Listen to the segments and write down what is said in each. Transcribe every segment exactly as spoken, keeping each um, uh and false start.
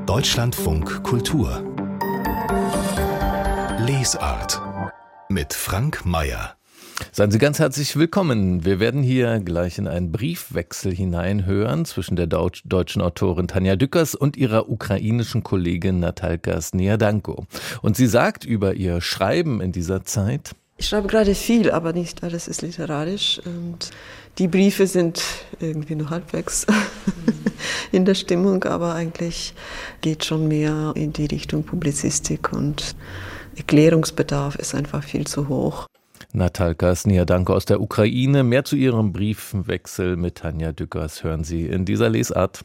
Deutschlandfunk Kultur Lesart mit Frank Mayer. Seien Sie ganz herzlich willkommen. Wir werden hier gleich in einen Briefwechsel hineinhören zwischen der Deutsch- deutschen Autorin Tanja Dückers und ihrer ukrainischen Kollegin Natalka Sniadanko. Und sie sagt über ihr Schreiben in dieser Zeit: Ich schreibe gerade viel, aber nicht alles ist literarisch. Und die Briefe sind irgendwie nur halbwegs in der Stimmung, aber eigentlich geht schon mehr in die Richtung Publizistik und Erklärungsbedarf ist einfach viel zu hoch. Natalka Sniadanko aus der Ukraine. Mehr zu ihrem Briefwechsel mit Tanja Dückers hören Sie in dieser Lesart.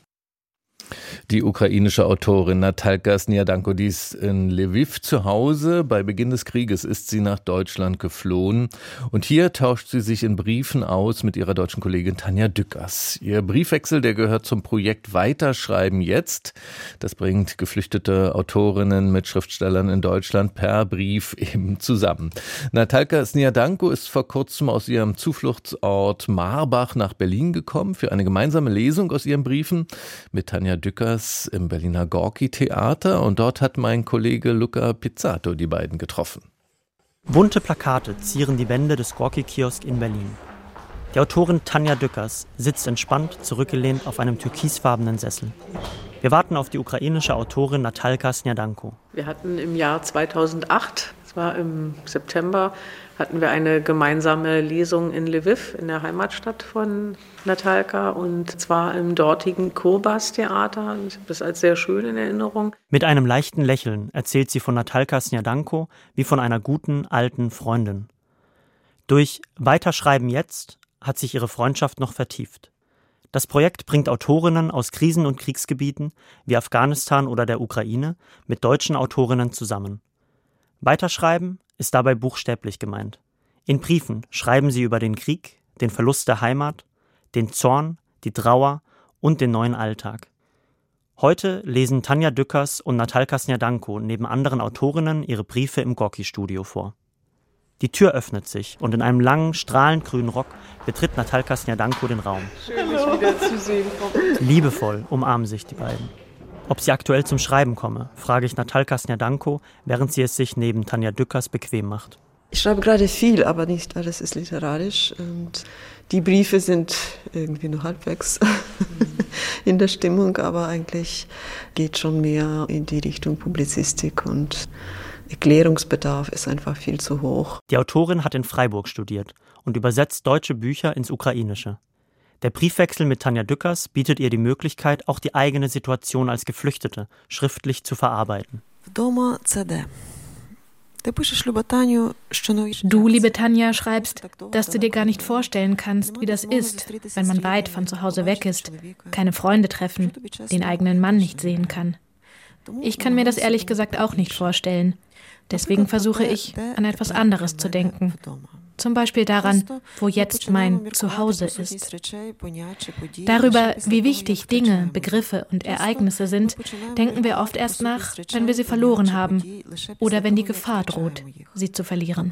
Die ukrainische Autorin Natalka Sniadanko, die ist in Lviv zu Hause. Bei Beginn des Krieges ist sie nach Deutschland geflohen. Und hier tauscht sie sich in Briefen aus mit ihrer deutschen Kollegin Tanja Dückers. Ihr Briefwechsel, der gehört zum Projekt Weiterschreiben jetzt. Das bringt geflüchtete Autorinnen mit Schriftstellern in Deutschland per Brief eben zusammen. Natalka Sniadanko ist vor kurzem aus ihrem Zufluchtsort Marbach nach Berlin gekommen für eine gemeinsame Lesung aus ihren Briefen mit Tanja Dückers im Berliner Gorki-Theater, und dort hat mein Kollege Luca Pizzato die beiden getroffen. Bunte Plakate zieren die Wände des Gorki-Kiosk in Berlin. Die Autorin Tanja Dückers sitzt entspannt zurückgelehnt auf einem türkisfarbenen Sessel. Wir warten auf die ukrainische Autorin Natalka Sniadanko. Wir hatten im Jahr zweitausendacht, das war im September, hatten wir eine gemeinsame Lesung in Lviv, in der Heimatstadt von Natalka, und zwar im dortigen Kurbas-Theater. Ich habe das als sehr schön in Erinnerung. Mit einem leichten Lächeln erzählt sie von Natalka Sniadanko wie von einer guten, alten Freundin. Durch Weiterschreiben jetzt hat sich ihre Freundschaft noch vertieft. Das Projekt bringt Autorinnen aus Krisen- und Kriegsgebieten wie Afghanistan oder der Ukraine mit deutschen Autorinnen zusammen. Weiterschreiben ist dabei buchstäblich gemeint. In Briefen schreiben sie über den Krieg, den Verlust der Heimat, den Zorn, die Trauer und den neuen Alltag. Heute lesen Tanja Dückers und Natalka Sniadanko neben anderen Autorinnen ihre Briefe im Gorki-Studio vor. Die Tür öffnet sich und in einem langen, strahlend grünen Rock betritt Natalka Sniadanko den Raum. Schön, dich wiederzusehen. Liebevoll umarmen sich die beiden. Ob sie aktuell zum Schreiben komme, frage ich Natalka Sniadanko, während sie es sich neben Tanja Dückers bequem macht. Ich schreibe gerade viel, aber nicht alles ist literarisch. Und die Briefe sind irgendwie nur halbwegs in der Stimmung, aber eigentlich geht schon mehr in die Richtung Publizistik und Erklärungsbedarf ist einfach viel zu hoch. Die Autorin hat in Freiburg studiert und übersetzt deutsche Bücher ins Ukrainische. Der Briefwechsel mit Tanja Dückers bietet ihr die Möglichkeit, auch die eigene Situation als Geflüchtete schriftlich zu verarbeiten. Du, liebe Tanja, schreibst, dass du dir gar nicht vorstellen kannst, wie das ist, wenn man weit von zu Hause weg ist, keine Freunde treffen, den eigenen Mann nicht sehen kann. Ich kann mir das ehrlich gesagt auch nicht vorstellen. Deswegen versuche ich, an etwas anderes zu denken. Zum Beispiel daran, wo jetzt mein Zuhause ist. Darüber, wie wichtig Dinge, Begriffe und Ereignisse sind, denken wir oft erst nach, wenn wir sie verloren haben oder wenn die Gefahr droht, sie zu verlieren.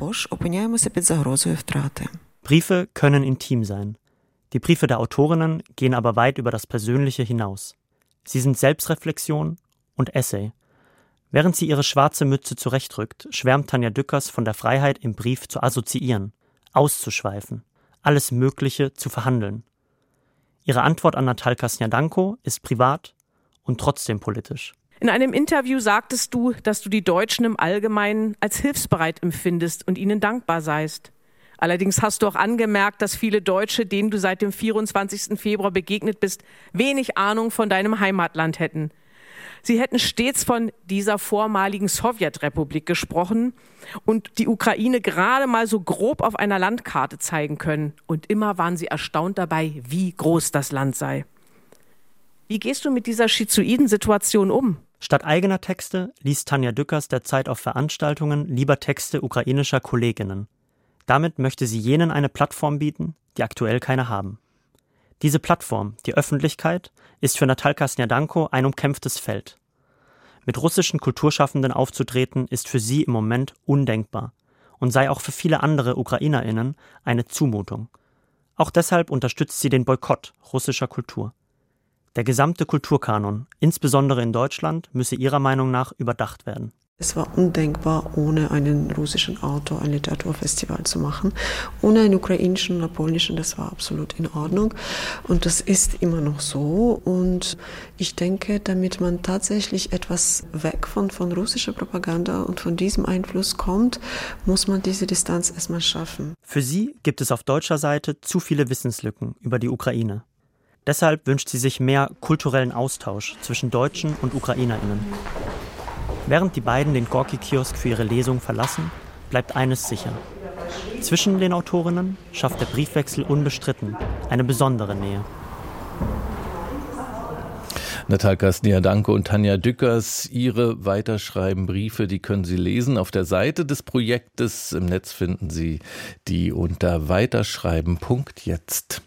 Briefe können intim sein. Die Briefe der Autorinnen gehen aber weit über das Persönliche hinaus. Sie sind Selbstreflexion und Essay. Während sie ihre schwarze Mütze zurechtrückt, schwärmt Tanja Dückers von der Freiheit, im Brief zu assoziieren, auszuschweifen, alles Mögliche zu verhandeln. Ihre Antwort an Natalka Sniadanko ist privat und trotzdem politisch. In einem Interview sagtest du, dass du die Deutschen im Allgemeinen als hilfsbereit empfindest und ihnen dankbar seist. Allerdings hast du auch angemerkt, dass viele Deutsche, denen du seit dem vierundzwanzigsten Februar begegnet bist, wenig Ahnung von deinem Heimatland hätten. Sie hätten stets von dieser vormaligen Sowjetrepublik gesprochen und die Ukraine gerade mal so grob auf einer Landkarte zeigen können. Und immer waren sie erstaunt dabei, wie groß das Land sei. Wie gehst du mit dieser schizoiden Situation um? Statt eigener Texte liest Tanja Dückers derzeit auf Veranstaltungen lieber Texte ukrainischer Kolleginnen. Damit möchte sie jenen eine Plattform bieten, die aktuell keine haben. Diese Plattform, die Öffentlichkeit, ist für Natalka Sniadanko ein umkämpftes Feld. Mit russischen Kulturschaffenden aufzutreten, ist für sie im Moment undenkbar und sei auch für viele andere UkrainerInnen eine Zumutung. Auch deshalb unterstützt sie den Boykott russischer Kultur. Der gesamte Kulturkanon, insbesondere in Deutschland, müsse ihrer Meinung nach überdacht werden. Es war undenkbar, ohne einen russischen Autor ein Literaturfestival zu machen. Ohne einen ukrainischen oder polnischen, das war absolut in Ordnung. Und das ist immer noch so. Und ich denke, damit man tatsächlich etwas weg von, von russischer Propaganda und von diesem Einfluss kommt, muss man diese Distanz erstmal schaffen. Für sie gibt es auf deutscher Seite zu viele Wissenslücken über die Ukraine. Deshalb wünscht sie sich mehr kulturellen Austausch zwischen Deutschen und UkrainerInnen. Während die beiden den Gorki-Kiosk für ihre Lesung verlassen, bleibt eines sicher. Zwischen den Autorinnen schafft der Briefwechsel unbestritten eine besondere Nähe. Natalka Sniadanko und Tanja Dückers, ihre weiterschreiben Briefe, die können Sie lesen auf der Seite des Projektes. Im Netz finden Sie die unter weiterschreiben punkt jetzt.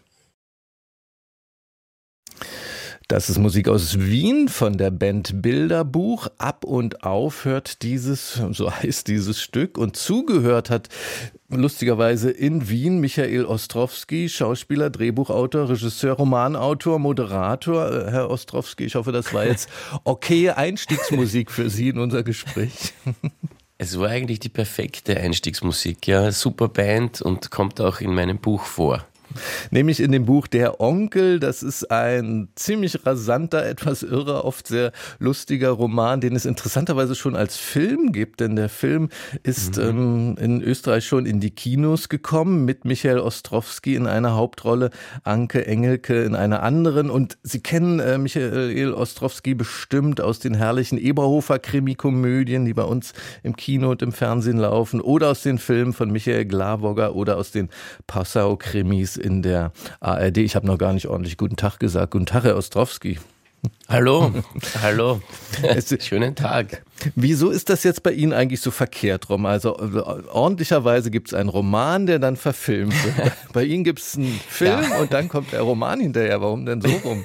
Das ist Musik aus Wien von der Band Bilderbuch. Ab und auf hört dieses, so heißt dieses Stück. Und zugehört hat lustigerweise in Wien Michael Ostrowski, Schauspieler, Drehbuchautor, Regisseur, Romanautor, Moderator. Herr Ostrowski, ich hoffe, das war jetzt okay Einstiegsmusik für Sie in unser Gespräch. Es war eigentlich die perfekte Einstiegsmusik. Ja, super Band und kommt auch in meinem Buch vor. Nämlich in dem Buch Der Onkel. Das ist ein ziemlich rasanter, etwas irrer, oft sehr lustiger Roman, den es interessanterweise schon als Film gibt, denn der Film ist mhm. ähm, in Österreich schon in die Kinos gekommen mit Michael Ostrowski in einer Hauptrolle, Anke Engelke in einer anderen. Und Sie kennen äh, Michael Ostrowski bestimmt aus den herrlichen Eberhofer-Krimikomödien, die bei uns im Kino und im Fernsehen laufen, oder aus den Filmen von Michael Glawogger oder aus den Passau-Krimis in der A R D. Ich habe noch gar nicht ordentlich guten Tag gesagt. Guten Tag, Herr Ostrowski. Hallo, hallo. Schönen Tag. Wieso ist das jetzt bei Ihnen eigentlich so verkehrt rum? Also ordentlicherweise gibt es einen Roman, der dann verfilmt wird. Bei Ihnen gibt es einen Film ja. und dann kommt der Roman hinterher. Warum denn so rum?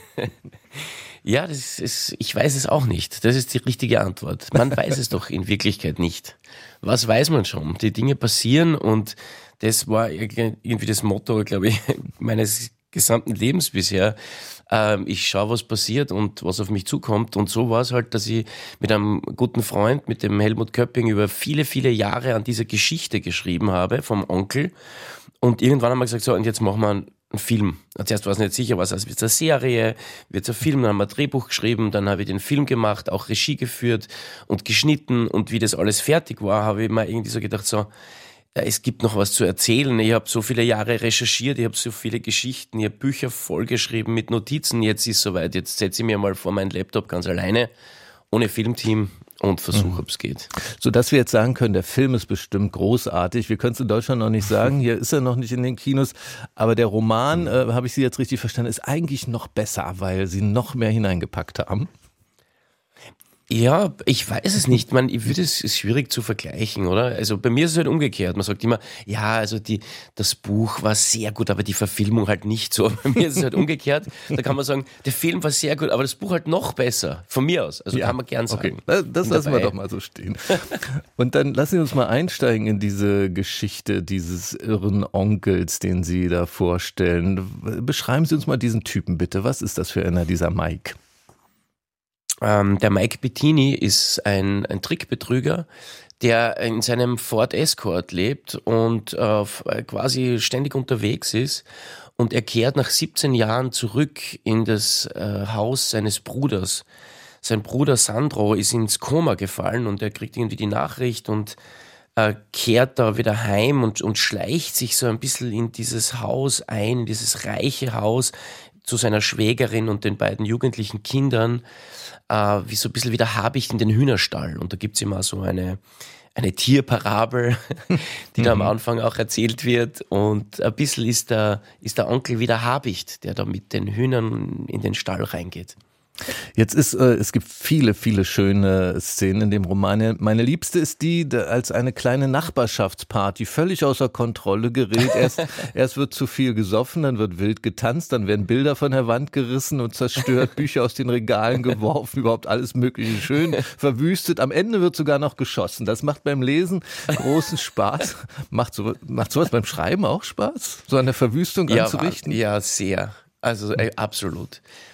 Ja, das ist, ich weiß es auch nicht. Das ist die richtige Antwort. Man weiß es doch in Wirklichkeit nicht. Was weiß man schon? Die Dinge passieren und das war irgendwie das Motto, glaube ich, meines gesamten Lebens bisher. Ähm, ich schaue, was passiert und was auf mich zukommt. Und so war es halt, dass ich mit einem guten Freund, mit dem Helmut Köpping, über viele, viele Jahre an dieser Geschichte geschrieben habe, vom Onkel. Und irgendwann haben wir gesagt, so, und jetzt machen wir einen Film. Zuerst war es nicht sicher, was, also wird es eine Serie, wird es ein Film, dann haben wir ein Drehbuch geschrieben, dann habe ich den Film gemacht, auch Regie geführt und geschnitten. Und wie das alles fertig war, habe ich mir irgendwie so gedacht, so, es gibt noch was zu erzählen. Ich habe so viele Jahre recherchiert, ich habe so viele Geschichten, ich habe Bücher vollgeschrieben mit Notizen. Jetzt ist es soweit, jetzt setze ich mir mal vor meinen Laptop ganz alleine, ohne Filmteam und versuche, mhm. ob es geht. Sodass wir jetzt sagen können, der Film ist bestimmt großartig. Wir können es in Deutschland noch nicht sagen, hier ist er noch nicht in den Kinos. Aber der Roman, äh, habe ich Sie jetzt richtig verstanden, ist eigentlich noch besser, weil Sie noch mehr hineingepackt haben. Ja, ich weiß es nicht. Man, ich würde es ist schwierig zu vergleichen, oder? Also bei mir ist es halt umgekehrt. Man sagt immer, ja, also die, das Buch war sehr gut, aber die Verfilmung halt nicht so. Bei mir ist es halt umgekehrt. Da kann man sagen, der Film war sehr gut, aber das Buch halt noch besser. Von mir aus. Also ja, kann man gern sagen. Okay. Das, das lassen wir doch mal so stehen. Und dann lassen Sie uns mal einsteigen in diese Geschichte dieses irren Onkels, den Sie da vorstellen. Beschreiben Sie uns mal diesen Typen bitte. Was ist das für einer, dieser Mike? Ähm, der Mike Bettini ist ein, ein Trickbetrüger, der in seinem Ford Escort lebt und äh, quasi ständig unterwegs ist. Und er kehrt nach siebzehn Jahren zurück in das äh, Haus seines Bruders. Sein Bruder Sandro ist ins Koma gefallen und er kriegt irgendwie die Nachricht und äh, kehrt da wieder heim und, und schleicht sich so ein bisschen in dieses Haus ein, dieses reiche Haus, zu seiner Schwägerin und den beiden jugendlichen Kindern, äh, wie so ein bisschen wie der Habicht in den Hühnerstall. Und da gibt's immer so eine, eine Tierparabel, die da am Anfang auch erzählt wird. Und ein bisschen ist der, ist der Onkel wie der Habicht, der da mit den Hühnern in den Stall reingeht. Jetzt ist, äh, es gibt viele, viele schöne Szenen in dem Roman. Meine liebste ist die, die als eine kleine Nachbarschaftsparty völlig außer Kontrolle gerät. Erst, erst wird zu viel gesoffen, dann wird wild getanzt, dann werden Bilder von der Wand gerissen und zerstört, Bücher aus den Regalen geworfen, überhaupt alles Mögliche schön verwüstet. Am Ende wird sogar noch geschossen. Das macht beim Lesen großen Spaß. Macht, so, macht sowas beim Schreiben auch Spaß? So eine Verwüstung ja, anzurichten? Ja, sehr. Also äh, absolut.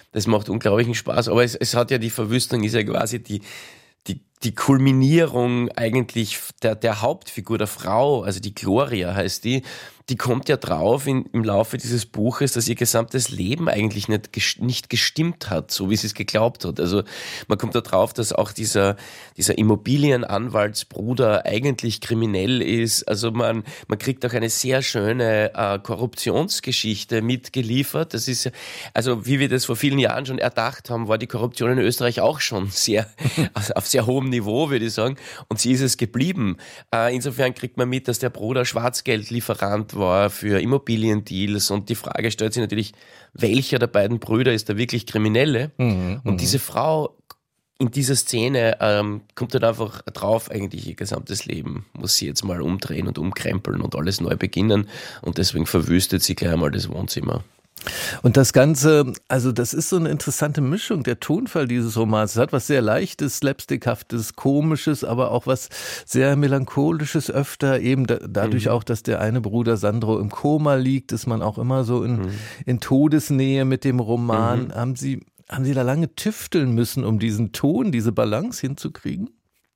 das macht unglaublichen Spaß. Aber es, es hat ja die Verwüstung, ist ja quasi die, die, die Kulminierung eigentlich der, der Hauptfigur, der Frau, also die Gloria heißt die, die kommt ja drauf in, im Laufe dieses Buches, dass ihr gesamtes Leben eigentlich nicht, nicht gestimmt hat, so wie sie es geglaubt hat. Also man kommt da drauf, dass auch dieser, dieser Immobilienanwaltsbruder eigentlich kriminell ist. Also man, man kriegt auch eine sehr schöne äh, Korruptionsgeschichte mitgeliefert. Das ist, also wie wir das vor vielen Jahren schon erdacht haben, war die Korruption in Österreich auch schon sehr, also auf sehr hohem Niveau, würde ich sagen. Und sie ist es geblieben. Äh, insofern kriegt man mit, dass der Bruder Schwarzgeldlieferant war für Immobiliendeals und die Frage stellt sich natürlich, welcher der beiden Brüder ist da wirklich Kriminelle? Mhm, und diese Frau in dieser Szene ähm, kommt dann einfach drauf, eigentlich ihr gesamtes Leben muss sie jetzt mal umdrehen und umkrempeln und alles neu beginnen und deswegen verwüstet sie gleich einmal das Wohnzimmer. Und das Ganze, also das ist so eine interessante Mischung, der Tonfall dieses Romans. Es hat was sehr Leichtes, Slapstickhaftes, Komisches, aber auch was sehr Melancholisches öfter, eben da, dadurch mhm. auch, dass der eine Bruder Sandro im Koma liegt, ist man auch immer so in, mhm. in Todesnähe mit dem Roman. Mhm. Haben Sie, haben Sie da lange tüfteln müssen, um diesen Ton, diese Balance hinzukriegen?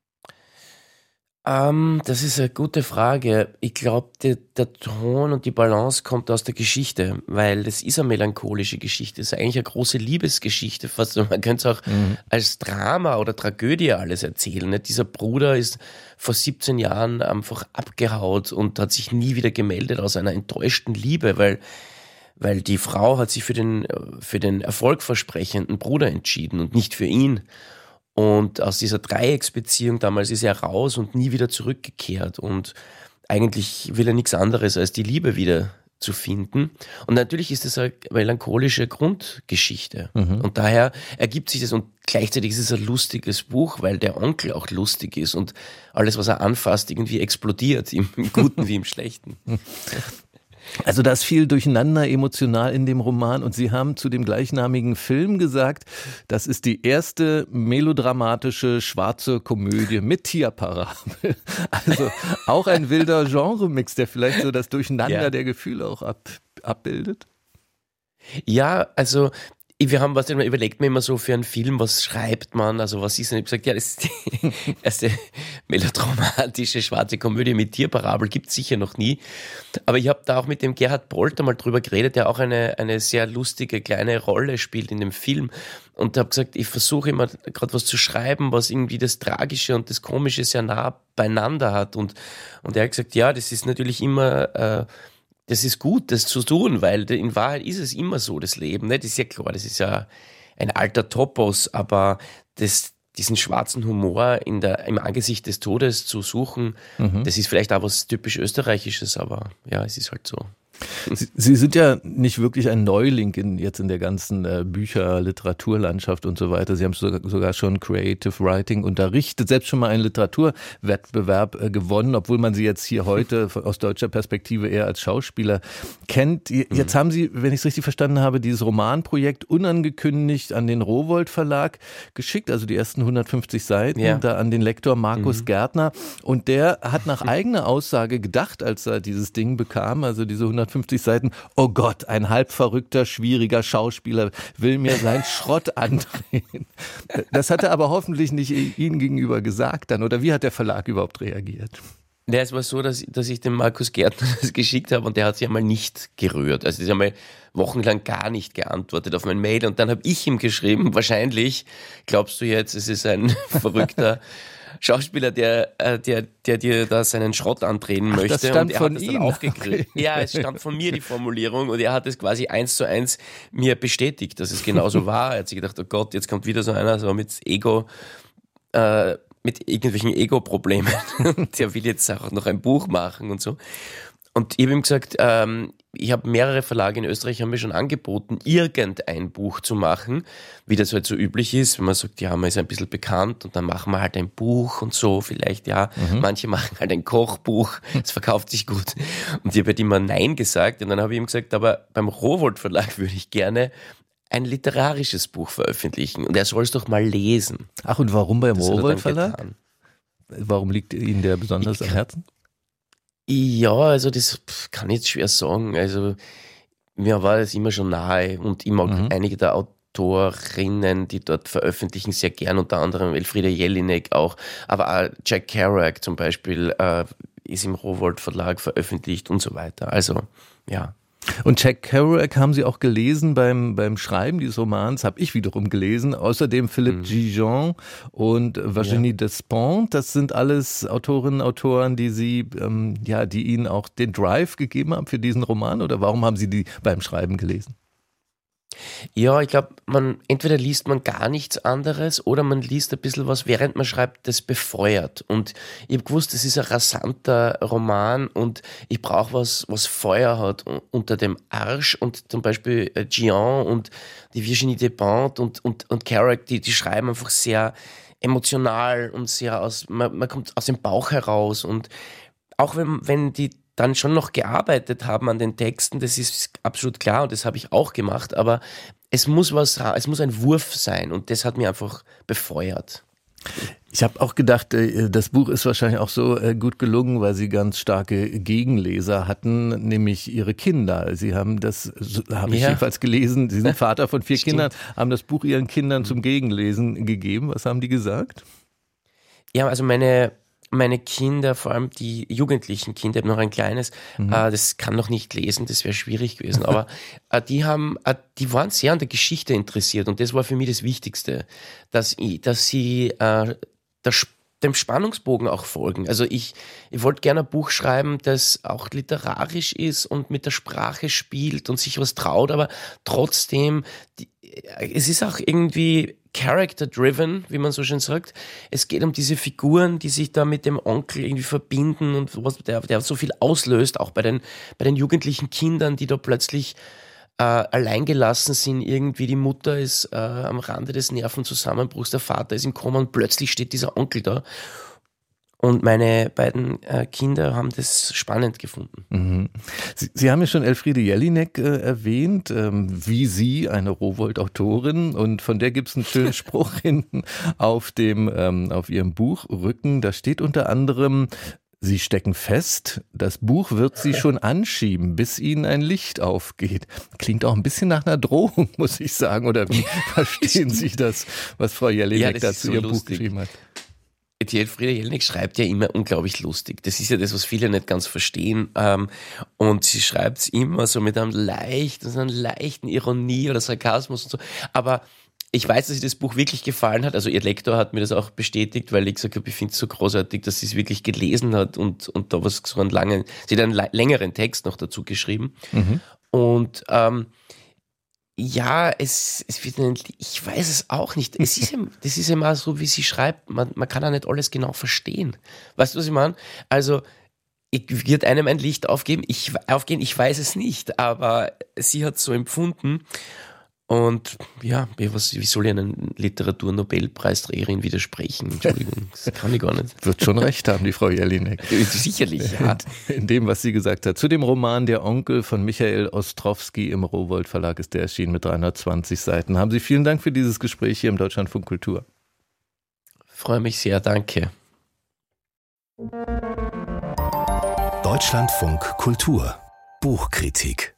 Ähm, das ist eine gute Frage. Ich glaube, der, der Ton und die Balance kommt aus der Geschichte, weil das ist eine melancholische Geschichte. Das ist eigentlich eine große Liebesgeschichte. Fast, man könnte es auch mhm. als Drama oder Tragödie alles erzählen. Nicht? Dieser Bruder ist vor siebzehn Jahren einfach abgehaut und hat sich nie wieder gemeldet aus einer enttäuschten Liebe, weil weil die Frau hat sich für den, für den erfolgversprechenden Bruder entschieden und nicht für ihn. Und aus dieser Dreiecksbeziehung damals ist er raus und nie wieder zurückgekehrt. Und eigentlich will er nichts anderes, als die Liebe wieder zu finden. Und natürlich ist das eine melancholische Grundgeschichte. Mhm. Und daher ergibt sich das. Und gleichzeitig ist es ein lustiges Buch, weil der Onkel auch lustig ist. Und alles, was er anfasst, irgendwie explodiert. Im Guten wie im Schlechten. Also da ist viel durcheinander emotional in dem Roman und Sie haben zu dem gleichnamigen Film gesagt, das ist die erste melodramatische schwarze Komödie mit Tierparabel. Also auch ein wilder Genremix, der vielleicht so das Durcheinander ja. der Gefühle auch ab, abbildet. Ja, also wir haben was, man überlegt mir immer so für einen Film, was schreibt man, also was ist denn? Ich habe gesagt, ja, das ist die erste melodramatische schwarze Komödie mit Tierparabel, gibt es sicher noch nie. Aber ich habe da auch mit dem Gerhard Polter mal drüber geredet, der auch eine, eine sehr lustige kleine Rolle spielt in dem Film. Und habe gesagt, ich versuche immer gerade was zu schreiben, was irgendwie das Tragische und das Komische sehr nah beieinander hat. Und, und er hat gesagt, ja, das ist natürlich immer... Äh, Das ist gut, das zu tun, weil in Wahrheit ist es immer so, das Leben. Ne? Das ist ja klar, das ist ja ein alter Topos, aber das, diesen schwarzen Humor in der, im Angesicht des Todes zu suchen, mhm. das ist vielleicht auch was typisch Österreichisches, aber ja, es ist halt so. Sie, Sie sind ja nicht wirklich ein Neuling in, jetzt in der ganzen äh, Bücher-, Literaturlandschaft und so weiter. Sie haben sogar, sogar schon Creative Writing unterrichtet, selbst schon mal einen Literaturwettbewerb äh, gewonnen, obwohl man Sie jetzt hier heute aus deutscher Perspektive eher als Schauspieler kennt. Jetzt mhm. haben Sie, wenn ich es richtig verstanden habe, dieses Romanprojekt unangekündigt an den Rowohlt Verlag geschickt, also die ersten hundertfünfzig Seiten, ja. da an den Lektor Markus mhm. Gärtner. Und der hat nach eigener Aussage gedacht, als er dieses Ding bekam, also diese hundertfünfzig Seiten, oh Gott, ein halb verrückter, schwieriger Schauspieler will mir seinen Schrott andrehen. Das hat er aber hoffentlich nicht Ihnen gegenüber gesagt dann, oder wie hat der Verlag überhaupt reagiert? Ja, es war so, dass, dass ich dem Markus Gärtner das geschickt habe und der hat sich einmal nicht gerührt. Also der hat einmal wochenlang gar nicht geantwortet auf mein Mail und dann habe ich ihm geschrieben, wahrscheinlich glaubst du jetzt, es ist ein verrückter Schauspieler, der, der, der dir da seinen Schrott andrehen Ach, möchte. Das stammt und er von hat es Ihnen. dann aufgegriffen. Ja, es stammt von mir, die Formulierung, und er hat es quasi eins zu eins mir bestätigt, dass es genauso war. Er hat sich gedacht, oh Gott, jetzt kommt wieder so einer so mit Ego, äh, mit irgendwelchen Ego-Problemen. Der will jetzt auch noch ein Buch machen und so. Und ich habe ihm gesagt, ähm, ich habe mehrere Verlage in Österreich haben mir schon angeboten, irgendein Buch zu machen, wie das halt so üblich ist, wenn man sagt, ja, man ist ein bisschen bekannt und dann machen wir halt ein Buch und so, vielleicht, ja. Mhm. Manche machen halt ein Kochbuch, es verkauft sich gut. Und ich habe halt immer Nein gesagt und dann habe ich ihm gesagt, aber beim Rowohlt Verlag würde ich gerne ein literarisches Buch veröffentlichen und er soll es doch mal lesen. Ach, und warum beim Rowohlt Verlag? Getan. Warum liegt Ihnen der besonders ich, am Herzen? Ja, also das kann ich jetzt schwer sagen. Also mir war das immer schon nahe und ich mag mhm. einige der Autorinnen, die dort veröffentlichen, sehr gern, unter anderem Elfriede Jelinek auch, aber auch Jack Kerouac zum Beispiel äh, ist im Rowohlt Verlag veröffentlicht und so weiter. Also, ja. Und Jack Kerouac haben Sie auch gelesen beim, beim Schreiben dieses Romans, habe ich wiederum gelesen. Außerdem Philippe mhm. Gigent und Virginie ja. Despentes. Das sind alles Autorinnen und Autoren, die Sie, ähm, ja, die Ihnen auch den Drive gegeben haben für diesen Roman. Oder warum haben Sie die beim Schreiben gelesen? Ja, ich glaube, man entweder liest man gar nichts anderes oder man liest ein bisschen was, während man schreibt, das befeuert. Und ich habe gewusst, das ist ein rasanter Roman und ich brauche was, was Feuer hat unter dem Arsch. Und zum Beispiel Gian und die Virginie Despentes und, und, und Kerouac, die, die schreiben einfach sehr emotional und sehr aus, man, man kommt aus dem Bauch heraus. Und auch wenn, wenn die dann schon noch gearbeitet haben an den Texten, das ist absolut klar und das habe ich auch gemacht, aber es muss was, es muss ein Wurf sein und das hat mir einfach befeuert. Ich habe auch gedacht, das Buch ist wahrscheinlich auch so gut gelungen, weil Sie ganz starke Gegenleser hatten, nämlich Ihre Kinder. Sie haben das, habe ich ja. jedenfalls gelesen, Sie sind Vater von vier Kindern, haben das Buch Ihren Kindern zum Gegenlesen gegeben. Was haben die gesagt? Ja, also meine Meine Kinder, vor allem die jugendlichen Kinder, ich habe noch ein kleines, mhm. äh, das kann noch nicht lesen, das wäre schwierig gewesen, aber äh, die haben, äh, die waren sehr an der Geschichte interessiert und das war für mich das Wichtigste, dass, ich, dass sie äh, das, dem Spannungsbogen auch folgen. Also ich, ich wollte gerne ein Buch schreiben, das auch literarisch ist und mit der Sprache spielt und sich was traut, aber trotzdem, die, es ist auch irgendwie character-driven, wie man so schön sagt. Es geht um diese Figuren, die sich da mit dem Onkel irgendwie verbinden und was, der, der so viel auslöst, auch bei den, bei den jugendlichen Kindern, die da plötzlich äh, alleingelassen sind. Irgendwie die Mutter ist äh, am Rande des Nervenzusammenbruchs, der Vater ist im Koma und plötzlich steht dieser Onkel da. Und meine beiden äh, Kinder haben das spannend gefunden. Mhm. Sie, Sie haben ja schon Elfriede Jelinek äh, erwähnt, ähm, wie Sie, eine Rowohlt-Autorin. Und von der gibt es einen schönen Spruch hinten auf, dem, ähm, auf Ihrem Buchrücken. Da steht unter anderem: Sie stecken fest, das Buch wird Sie schon anschieben, bis Ihnen ein Licht aufgeht. Klingt auch ein bisschen nach einer Drohung, muss ich sagen. Oder wie verstehen Sie das, was Frau Jelinek ja, dazu so Ihr Buch geschrieben hat? Die Elfriede Jelinek schreibt ja immer unglaublich lustig. Das ist ja das, was viele nicht ganz verstehen. Und sie schreibt es immer so mit einem leichten, so einer leichten Ironie oder Sarkasmus und so. Aber ich weiß, dass ihr das Buch wirklich gefallen hat. Also ihr Lektor hat mir das auch bestätigt, weil ich gesagt habe, ich finde es so großartig, dass sie es wirklich gelesen hat und, und da was so einen langen, sie hat einen längeren Text noch dazu geschrieben. Mhm. Und ähm, ja, es, es wird ein, ich weiß es auch nicht. Es ist, das ist immer so, wie sie schreibt. Man, man kann ja nicht alles genau verstehen. Weißt du, was ich meine? Also, ich wird einem ein Licht aufgeben, ich, aufgehen, ich weiß es nicht, aber sie hat es so empfunden. Und ja, was, wie soll ich einen Literaturnobelpreisträgerin widersprechen? Entschuldigung, das kann ich gar nicht. Wird schon recht haben, die Frau Jelinek. Sicherlich, ja. In dem, was sie gesagt hat. Zu dem Roman Der Onkel von Michael Ostrowski im Rowohlt Verlag ist der erschienen mit dreihundertzwanzig Seiten. Haben Sie vielen Dank für dieses Gespräch hier im Deutschlandfunk Kultur. Freue mich sehr, danke. Deutschlandfunk Kultur Buchkritik.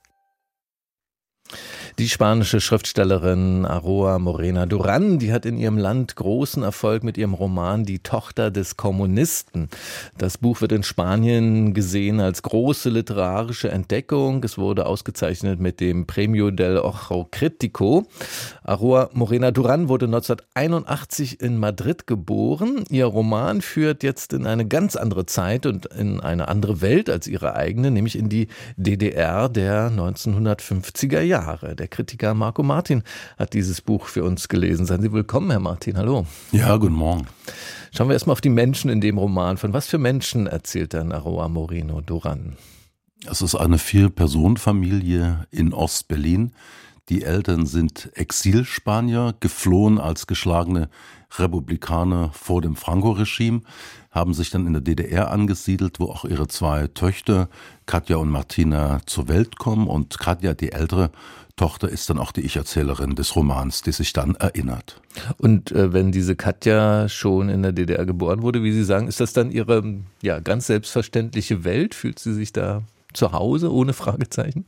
Die spanische Schriftstellerin Aroa Morena Durán, die hat in ihrem Land großen Erfolg mit ihrem Roman Die Tochter des Kommunisten. Das Buch wird in Spanien gesehen als große literarische Entdeckung. Es wurde ausgezeichnet mit dem Premio del Ojo Crítico. Aroa Morena Durán wurde neunzehnhunderteinundachtzig in Madrid geboren. Ihr Roman führt jetzt in eine ganz andere Zeit und in eine andere Welt als ihre eigene, nämlich in die D D R der neunzehnhundertfünfziger Jahre. Der Kritiker Marco Martin hat dieses Buch für uns gelesen. Seien Sie willkommen, Herr Martin. Hallo. Ja, guten Morgen. Schauen wir erstmal auf die Menschen in dem Roman. Von was für Menschen erzählt dann Aroa Morena Durán? Es ist eine Vier-Personen-Familie in Ostberlin. Die Eltern sind Exilspanier, geflohen als geschlagene Republikaner vor dem Franco-Regime, haben sich dann in der D D R angesiedelt, wo auch ihre zwei Töchter, Katja und Martina, zur Welt kommen. Und Katja, die ältere Tochter, ist dann auch die Ich-Erzählerin des Romans, die sich dann erinnert. Und äh, wenn diese Katja schon in der D D R geboren wurde, wie Sie sagen, ist das dann ihre ja, ganz selbstverständliche Welt? Fühlt sie sich da zu Hause, ohne Fragezeichen?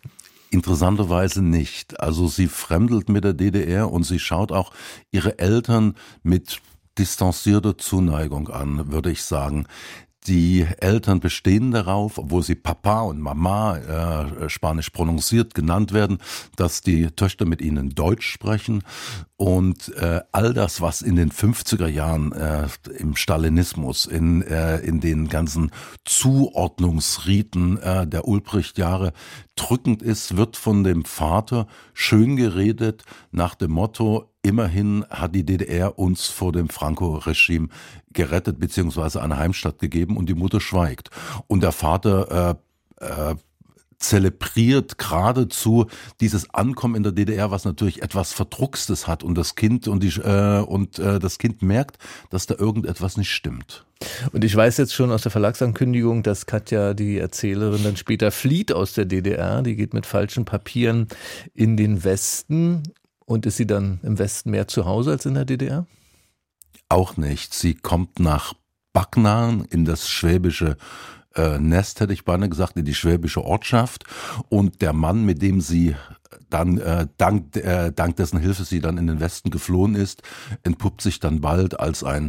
Interessanterweise nicht. Also sie fremdelt mit der D D R und sie schaut auch ihre Eltern mit distanzierter Zuneigung an, würde ich sagen. Die Eltern bestehen darauf, obwohl sie Papa und Mama äh, spanisch prononciert genannt werden, dass die Töchter mit ihnen Deutsch sprechen. Und äh, all das, was in den fünfziger Jahren äh, im Stalinismus, in, äh, in den ganzen Zuordnungsriten äh, der Ulbricht-Jahre drückend ist, wird von dem Vater schön geredet nach dem Motto: Immerhin hat die D D R uns vor dem Franco-Regime gerettet bzw. eine Heimstatt gegeben, und die Mutter schweigt. Und der Vater äh, äh, zelebriert geradezu dieses Ankommen in der D D R, was natürlich etwas Verdruckstes hat, und das Kind und die äh, und äh, das Kind merkt, dass da irgendetwas nicht stimmt. Und ich weiß jetzt schon aus der Verlagsankündigung, dass Katja, die Erzählerin, dann später flieht aus der D D R. Die geht mit falschen Papieren in den Westen. Und ist sie dann im Westen mehr zu Hause als in der D D R? Auch nicht. Sie kommt nach Backnang in das schwäbische äh, Nest, hätte ich beinahe gesagt, in die schwäbische Ortschaft. Und der Mann, mit dem sie dann äh, dank, äh, dank dessen Hilfe sie dann in den Westen geflohen ist, entpuppt sich dann bald als ein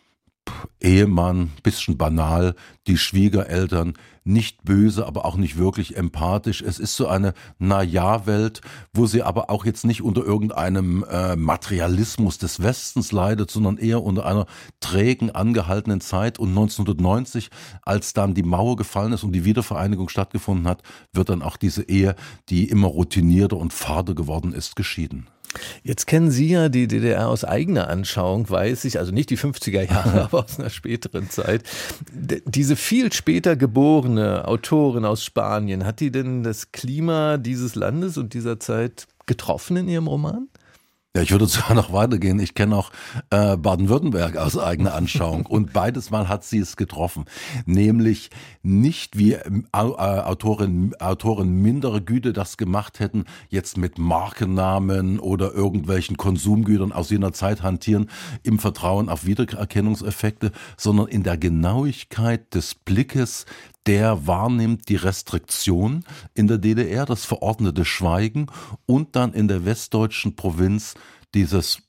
Ehemann, bisschen banal, die Schwiegereltern, nicht böse, aber auch nicht wirklich empathisch. Es ist so eine Na-Ja-Welt, wo sie aber auch jetzt nicht unter irgendeinem äh, Materialismus des Westens leidet, sondern eher unter einer trägen, angehaltenen Zeit. Und neunzehnhundertneunzig, als dann die Mauer gefallen ist und die Wiedervereinigung stattgefunden hat, wird dann auch diese Ehe, die immer routinierter und fader geworden ist, geschieden. Jetzt kennen Sie ja die D D R aus eigener Anschauung, weiß ich, also nicht die fünfziger Jahre, aber aus einer späteren Zeit. D- diese viel später geborene Autorin aus Spanien, hat die denn das Klima dieses Landes und dieser Zeit getroffen in ihrem Roman? Ja, ich würde sogar noch weitergehen. Ich kenne auch äh, Baden-Württemberg aus eigener Anschauung, und beides Mal hat sie es getroffen. Nämlich nicht wie äh, Autoren, Autoren minderer Güte das gemacht hätten, jetzt mit Markennamen oder irgendwelchen Konsumgütern aus jener Zeit hantieren, im Vertrauen auf Wiedererkennungseffekte, sondern in der Genauigkeit des Blickes, der wahrnimmt die Restriktion in der D D R, das verordnete Schweigen, und dann in der westdeutschen Provinz dieses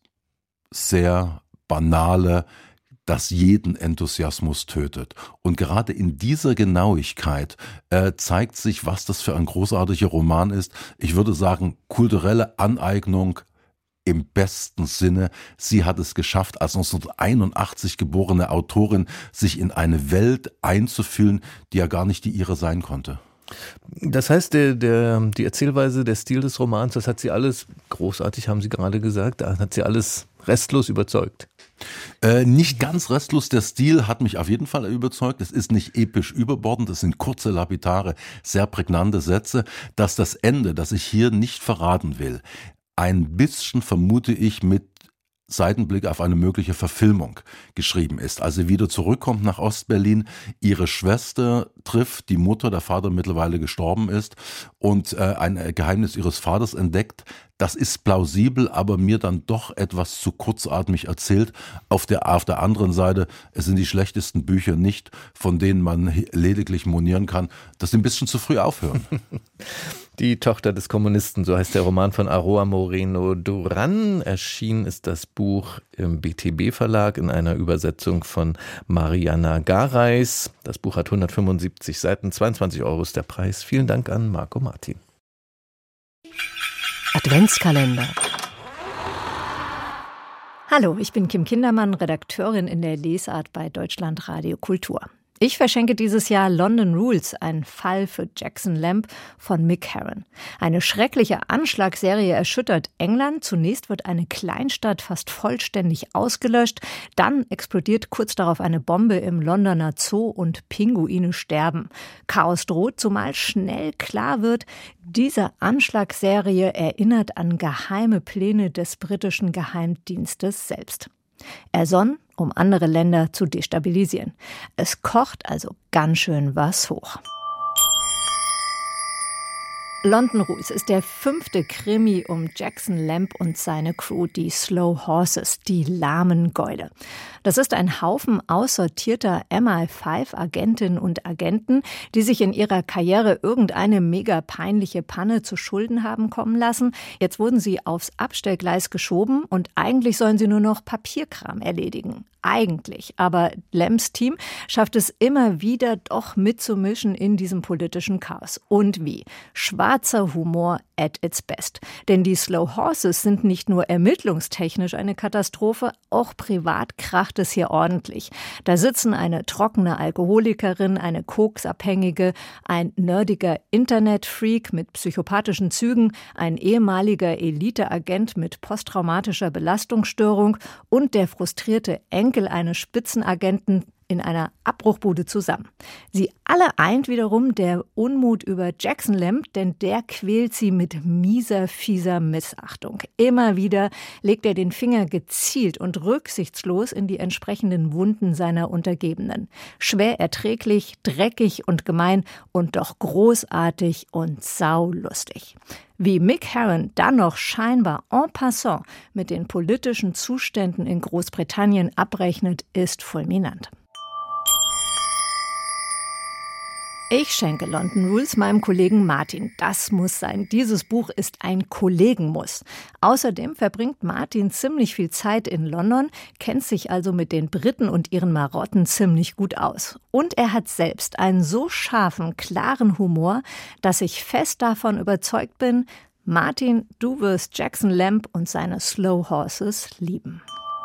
sehr banale, das jeden Enthusiasmus tötet. Und gerade in dieser Genauigkeit äh, zeigt sich, was das für ein großartiger Roman ist. Ich würde sagen, kulturelle Aneignung im besten Sinne. Sie hat es geschafft, als neunzehnhunderteinundachtzig geborene Autorin, sich in eine Welt einzufühlen, die ja gar nicht die ihre sein konnte. Das heißt, der, der, die Erzählweise, der Stil des Romans, das hat Sie alles, großartig haben Sie gerade gesagt, da hat Sie alles restlos überzeugt. Äh, nicht ganz restlos, der Stil hat mich auf jeden Fall überzeugt. Es ist nicht episch überbordend, es sind kurze, lapidare, sehr prägnante Sätze. Dass das Ende, das ich hier nicht verraten will, ein bisschen, vermute ich, mit Seitenblick auf eine mögliche Verfilmung geschrieben ist. Als sie wieder zurückkommt nach Ostberlin, ihre Schwester trifft die Mutter, der Vater mittlerweile gestorben ist, und äh, ein Geheimnis ihres Vaters entdeckt. Das ist plausibel, aber mir dann doch etwas zu kurzatmig erzählt. Auf der, auf der anderen Seite, es sind die schlechtesten Bücher nicht, von denen man lediglich monieren kann, dass sie ein bisschen zu früh aufhören. Die Tochter des Kommunisten, so heißt der Roman von Aroa Moreno Duran. Erschienen ist das Buch im B T B-Verlag in einer Übersetzung von Mariana Gareis. Das Buch hat hundertfünfundsiebzig Seiten, zweiundzwanzig Euro ist der Preis. Vielen Dank an Marco Martin. Adventskalender. Hallo, ich bin Kim Kindermann, Redakteurin in der Lesart bei Deutschlandradio Kultur. Ich verschenke dieses Jahr London Rules, ein Fall für Jackson Lamb von Mick Herron. Eine schreckliche Anschlagsserie erschüttert England. Zunächst wird eine Kleinstadt fast vollständig ausgelöscht. Dann explodiert kurz darauf eine Bombe im Londoner Zoo und Pinguine sterben. Chaos droht, zumal schnell klar wird, diese Anschlagsserie erinnert an geheime Pläne des britischen Geheimdienstes selbst. Ersonnen, um andere Länder zu destabilisieren. Es kocht also ganz schön was hoch. London Rules ist der fünfte Krimi um Jackson Lamb und seine Crew, die Slow Horses, die lahmen Gäule. Das ist ein Haufen aussortierter M I fünf Agentinnen und Agenten, die sich in ihrer Karriere irgendeine mega peinliche Panne zu Schulden haben kommen lassen. Jetzt wurden sie aufs Abstellgleis geschoben und eigentlich sollen sie nur noch Papierkram erledigen. Eigentlich. Aber Lemms Team schafft es immer wieder doch mitzumischen in diesem politischen Chaos. Und wie? Schwarzer Humor at its best. Denn die Slow Horses sind nicht nur ermittlungstechnisch eine Katastrophe, auch privat kracht es hier ordentlich. Da sitzen eine trockene Alkoholikerin, eine Koksabhängige, ein nerdiger Internetfreak mit psychopathischen Zügen, ein ehemaliger Eliteagent mit posttraumatischer Belastungsstörung und der frustrierte Enkel eines Spitzenagenten in einer Abbruchbude zusammen. Sie alle eint wiederum der Unmut über Jackson Lemp, denn der quält sie mit mieser, fieser Missachtung. Immer wieder legt er den Finger gezielt und rücksichtslos in die entsprechenden Wunden seiner Untergebenen. Schwer erträglich, dreckig und gemein und doch großartig und saulustig. Wie Mick Herron dann noch scheinbar en passant mit den politischen Zuständen in Großbritannien abrechnet, ist fulminant. Ich schenke London Rules meinem Kollegen Martin. Das muss sein. Dieses Buch ist ein Kollegenmuss. Außerdem verbringt Martin ziemlich viel Zeit in London, kennt sich also mit den Briten und ihren Marotten ziemlich gut aus. Und er hat selbst einen so scharfen, klaren Humor, dass ich fest davon überzeugt bin, Martin, du wirst Jackson Lemp und seine Slow Horses lieben.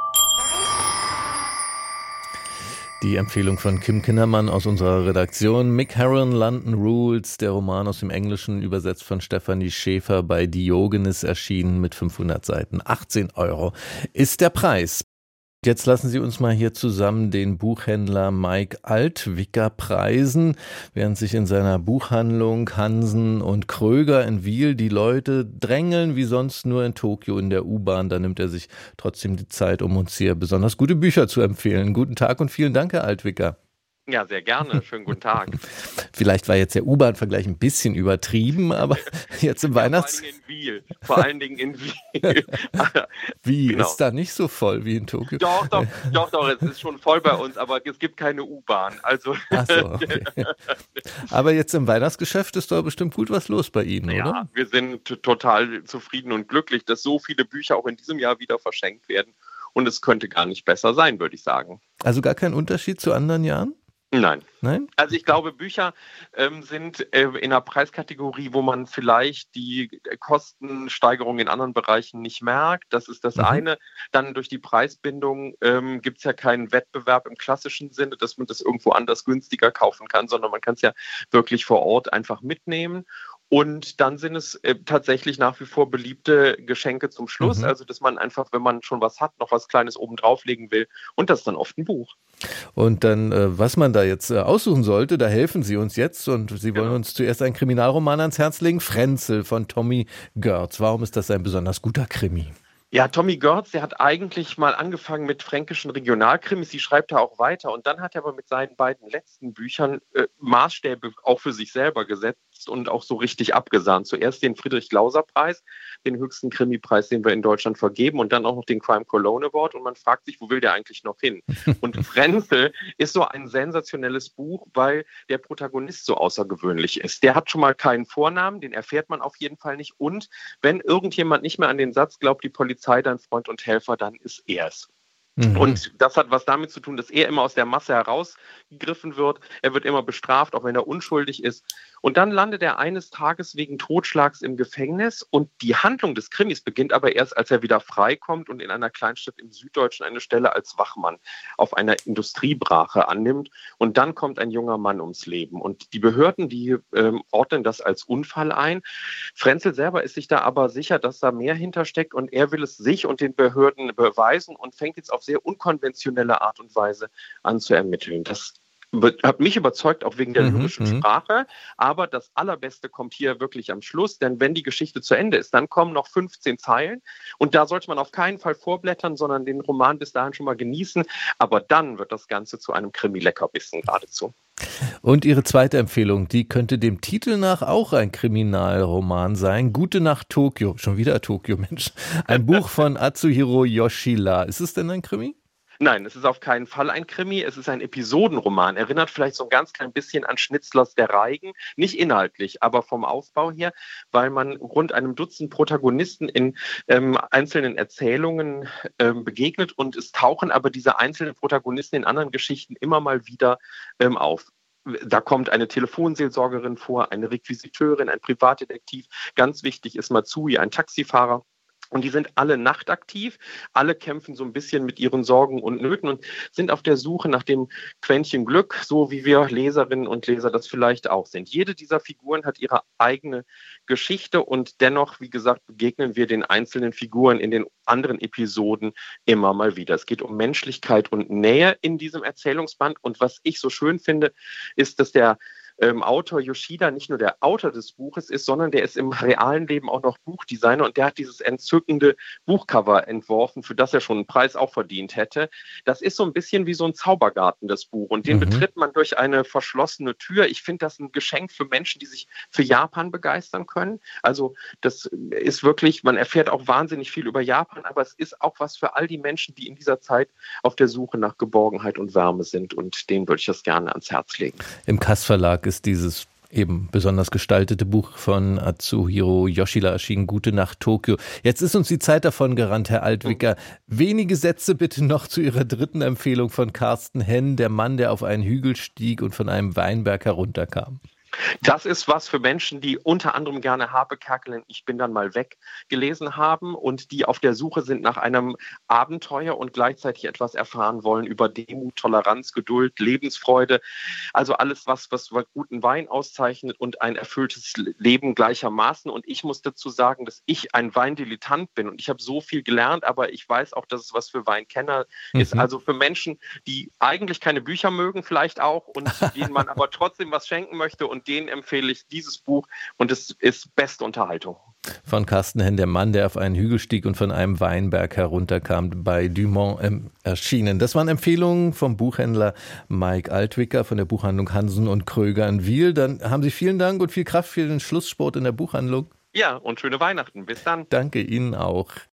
Die Empfehlung von Kim Kindermann aus unserer Redaktion. Mick Herron, London Rules, der Roman aus dem Englischen, übersetzt von Stefanie Schäfer, bei Diogenes erschienen mit fünfhundert Seiten. achtzehn Euro ist der Preis. Jetzt lassen Sie uns mal hier zusammen den Buchhändler Mike Altwicker preisen, während sich in seiner Buchhandlung Hansen und Kröger in Wiel die Leute drängeln wie sonst nur in Tokio in der U-Bahn. Da nimmt er sich trotzdem die Zeit, um uns hier besonders gute Bücher zu empfehlen. Guten Tag und vielen Dank, Herr Altwicker. Ja, sehr gerne. Schönen guten Tag. Vielleicht war jetzt der U-Bahn-Vergleich ein bisschen übertrieben, aber jetzt im ja, Weihnachts... Vor allen Dingen in Wiel. Vor allen Dingen in Wiel. Wie? Genau. Ist da nicht so voll wie in Tokio? Doch, doch, doch, doch, es ist schon voll bei uns, aber es gibt keine U-Bahn. Also. Ach so, okay. Aber jetzt im Weihnachtsgeschäft ist doch bestimmt gut was los bei Ihnen, ja, oder? Ja, wir sind t- total zufrieden und glücklich, dass so viele Bücher auch in diesem Jahr wieder verschenkt werden. Und es könnte gar nicht besser sein, würde ich sagen. Also gar kein Unterschied zu anderen Jahren? Nein. Nein? Also ich glaube, Bücher ähm, sind äh, in einer Preiskategorie, wo man vielleicht die Kostensteigerung in anderen Bereichen nicht merkt. Das ist das mhm. eine. Dann durch die Preisbindung ähm, gibt es ja keinen Wettbewerb im klassischen Sinne, dass man das irgendwo anders günstiger kaufen kann, sondern man kann es ja wirklich vor Ort einfach mitnehmen. Und dann sind es äh, tatsächlich nach wie vor beliebte Geschenke zum Schluss. Mhm. Also, dass man einfach, wenn man schon was hat, noch was Kleines oben drauflegen will. Und das ist dann oft ein Buch. Und dann, äh, was man da jetzt äh, aussuchen sollte, da helfen Sie uns jetzt. Und Sie wollen genau. uns zuerst einen Kriminalroman ans Herz legen. Frenzel von Tommy Görz. Warum ist das ein besonders guter Krimi? Ja, Tommy Görz, der hat eigentlich mal angefangen mit fränkischen Regionalkrimis, die schreibt er auch weiter. Und dann hat er aber mit seinen beiden letzten Büchern äh, Maßstäbe auch für sich selber gesetzt und auch so richtig abgesahnt. Zuerst den Friedrich-Glauser-Preis, den höchsten Krimipreis, den wir in Deutschland vergeben, und dann auch noch den Crime Cologne Award. Und man fragt sich, wo will der eigentlich noch hin? Und Frenzel ist so ein sensationelles Buch, weil der Protagonist so außergewöhnlich ist. Der hat schon mal keinen Vornamen, den erfährt man auf jeden Fall nicht. Und wenn irgendjemand nicht mehr an den Satz glaubt, die Polizei dein Freund und Helfer, dann ist er es. Mhm. Und das hat was damit zu tun, dass er immer aus der Masse herausgegriffen wird. Er wird immer bestraft, auch wenn er unschuldig ist. Und dann landet er eines Tages wegen Totschlags im Gefängnis. Und die Handlung des Krimis beginnt aber erst, als er wieder freikommt und in einer Kleinstadt im Süddeutschen eine Stelle als Wachmann auf einer Industriebrache annimmt. Und dann kommt ein junger Mann ums Leben. Und die Behörden, die ähm, ordnen das als Unfall ein. Frenzel selber ist sich da aber sicher, dass da mehr hintersteckt. Und er will es sich und den Behörden beweisen und fängt jetzt auf sehr unkonventionelle Art und Weise an zu ermitteln. Das hat mich überzeugt, auch wegen der mhm, lyrischen mhm. Sprache. Aber das Allerbeste kommt hier wirklich am Schluss, denn wenn die Geschichte zu Ende ist, dann kommen noch fünfzehn Zeilen. Und da sollte man auf keinen Fall vorblättern, sondern den Roman bis dahin schon mal genießen. Aber dann wird das Ganze zu einem Krimi-Leckerbissen geradezu. Und Ihre zweite Empfehlung, die könnte dem Titel nach auch ein Kriminalroman sein. Gute Nacht Tokio. Schon wieder Tokio, Mensch. Ein Buch von Atsuhiro Yoshida. Ist es denn ein Krimi? Nein, es ist auf keinen Fall ein Krimi, es ist ein Episodenroman. Erinnert vielleicht so ein ganz klein bisschen an Schnitzlers Der Reigen, nicht inhaltlich, aber vom Aufbau her, weil man rund einem Dutzend Protagonisten in ähm, einzelnen Erzählungen ähm, begegnet und es tauchen aber diese einzelnen Protagonisten in anderen Geschichten immer mal wieder ähm, auf. Da kommt eine Telefonseelsorgerin vor, eine Requisiteurin, ein Privatdetektiv, ganz wichtig ist Matsui, ein Taxifahrer. Und die sind alle nachtaktiv, alle kämpfen so ein bisschen mit ihren Sorgen und Nöten und sind auf der Suche nach dem Quäntchen Glück, so wie wir Leserinnen und Leser das vielleicht auch sind. Jede dieser Figuren hat ihre eigene Geschichte und dennoch, wie gesagt, begegnen wir den einzelnen Figuren in den anderen Episoden immer mal wieder. Es geht um Menschlichkeit und Nähe in diesem Erzählungsband und was ich so schön finde, ist, dass der Ähm, Autor Yoshida nicht nur der Autor des Buches ist, sondern der ist im realen Leben auch noch Buchdesigner und der hat dieses entzückende Buchcover entworfen, für das er schon einen Preis auch verdient hätte. Das ist so ein bisschen wie so ein Zaubergarten, das Buch, und den mhm. betritt man durch eine verschlossene Tür. Ich finde das ein Geschenk für Menschen, die sich für Japan begeistern können. Also das ist wirklich, man erfährt auch wahnsinnig viel über Japan, aber es ist auch was für all die Menschen, die in dieser Zeit auf der Suche nach Geborgenheit und Wärme sind, und denen würde ich das gerne ans Herz legen. Im Kass Verlag ist dieses eben besonders gestaltete Buch von Atsuhiro Yoshida erschienen, Gute Nacht Tokio. Jetzt ist uns die Zeit davon gerannt, Herr Altwicker. Wenige Sätze bitte noch zu Ihrer dritten Empfehlung von Carsten Henn, Der Mann, der auf einen Hügel stieg und von einem Weinberg herunterkam. Das ist was für Menschen, die unter anderem gerne Harpe Kerkeling Ich bin dann mal weg gelesen haben und die auf der Suche sind nach einem Abenteuer und gleichzeitig etwas erfahren wollen über Demut, Toleranz, Geduld, Lebensfreude. Also alles, was, was guten Wein auszeichnet und ein erfülltes Leben gleichermaßen. Und ich muss dazu sagen, dass ich ein Weindilettant bin und ich habe so viel gelernt, aber ich weiß auch, dass es was für Weinkenner mhm. ist. Also für Menschen, die eigentlich keine Bücher mögen vielleicht auch und denen man aber trotzdem was schenken möchte, und denen empfehle ich dieses Buch und es ist beste Unterhaltung. Von Carsten Henn, Der Mann, der auf einen Hügel stieg und von einem Weinberg herunterkam, bei Dumont ähm, erschienen. Das waren Empfehlungen vom Buchhändler Mike Altwicker von der Buchhandlung Hansen und Kröger in Wiel. Dann haben Sie vielen Dank und viel Kraft für den Schlusssport in der Buchhandlung. Ja, und schöne Weihnachten. Bis dann. Danke Ihnen auch.